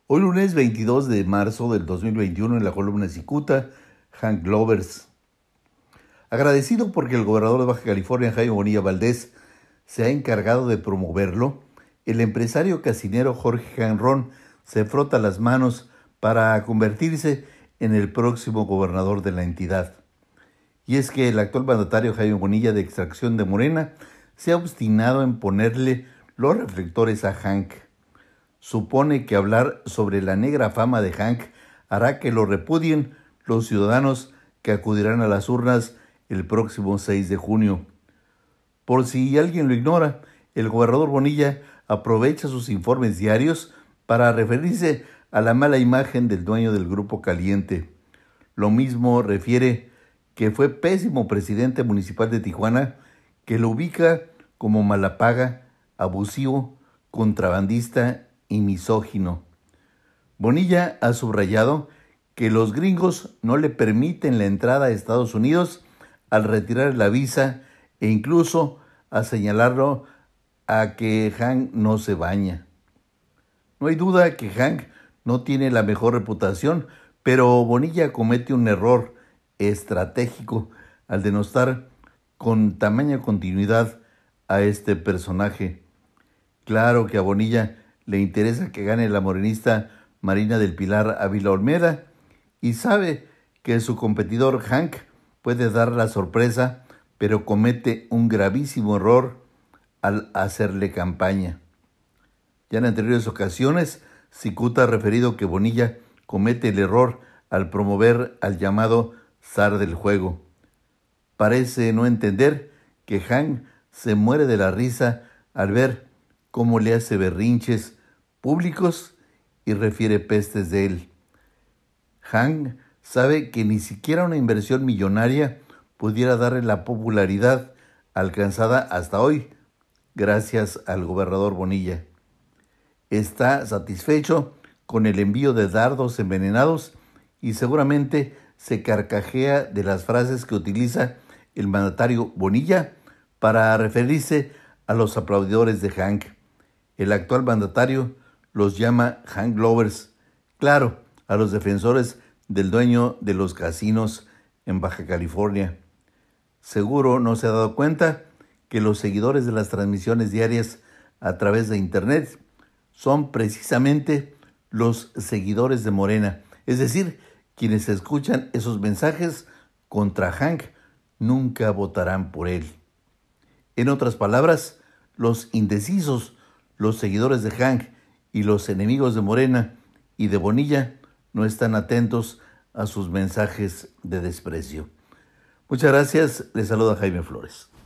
Hoy lunes 22 de marzo del 2021 en la columna Cicuta, Hank Lovers. Agradecido porque el gobernador de Baja California, Jaime Bonilla Valdez, se ha encargado de promoverlo, el empresario casinero Jorge Hanron se frota las manos para convertirse en el próximo gobernador de la entidad. Y es que el actual mandatario Jaime Bonilla, de extracción de Morena, se ha obstinado en ponerle los reflectores a Hank. Supone que hablar sobre la negra fama de Hank hará que lo repudien los ciudadanos que acudirán a las urnas el próximo 6 de junio. Por si alguien lo ignora, el gobernador Bonilla aprovecha sus informes diarios para referirse a la mala imagen del dueño del Grupo Caliente. Lo mismo refiere que fue pésimo presidente municipal de Tijuana, que lo ubica como malapaga, abusivo, contrabandista y misógino. Bonilla ha subrayado que los gringos no le permiten la entrada a Estados Unidos al retirar la visa e incluso a señalarlo a que Hank no se baña. No hay duda que Hank no tiene la mejor reputación, pero Bonilla comete un error estratégico al denostar con tamaña continuidad a este personaje. Claro que a Bonilla le interesa que gane la morenista Marina del Pilar Ávila Olmeda y sabe que su competidor Hank puede dar la sorpresa, pero comete un gravísimo error al hacerle campaña. Ya en anteriores ocasiones, Cicuta ha referido que Bonilla comete el error al promover al llamado zar del juego. Parece no entender que Hank se muere de la risa al ver cómo le hace berrinches públicos y refiere pestes de él. Hank sabe que ni siquiera una inversión millonaria pudiera darle la popularidad alcanzada hasta hoy gracias al gobernador Bonilla. Está satisfecho con el envío de dardos envenenados y seguramente se carcajea de las frases que utiliza el mandatario Bonilla para referirse a los aplaudidores de Hank. El actual mandatario los llama Hank Lovers, claro, a los defensores del dueño de los casinos en Baja California. Seguro no se ha dado cuenta que los seguidores de las transmisiones diarias a través de internet son precisamente los seguidores de Morena, es decir, quienes escuchan esos mensajes contra Hank nunca votarán por él. En otras palabras, los indecisos, los seguidores de Hank y los enemigos de Morena y de Bonilla no están atentos a sus mensajes de desprecio. Muchas gracias, les saluda Jaime Flores.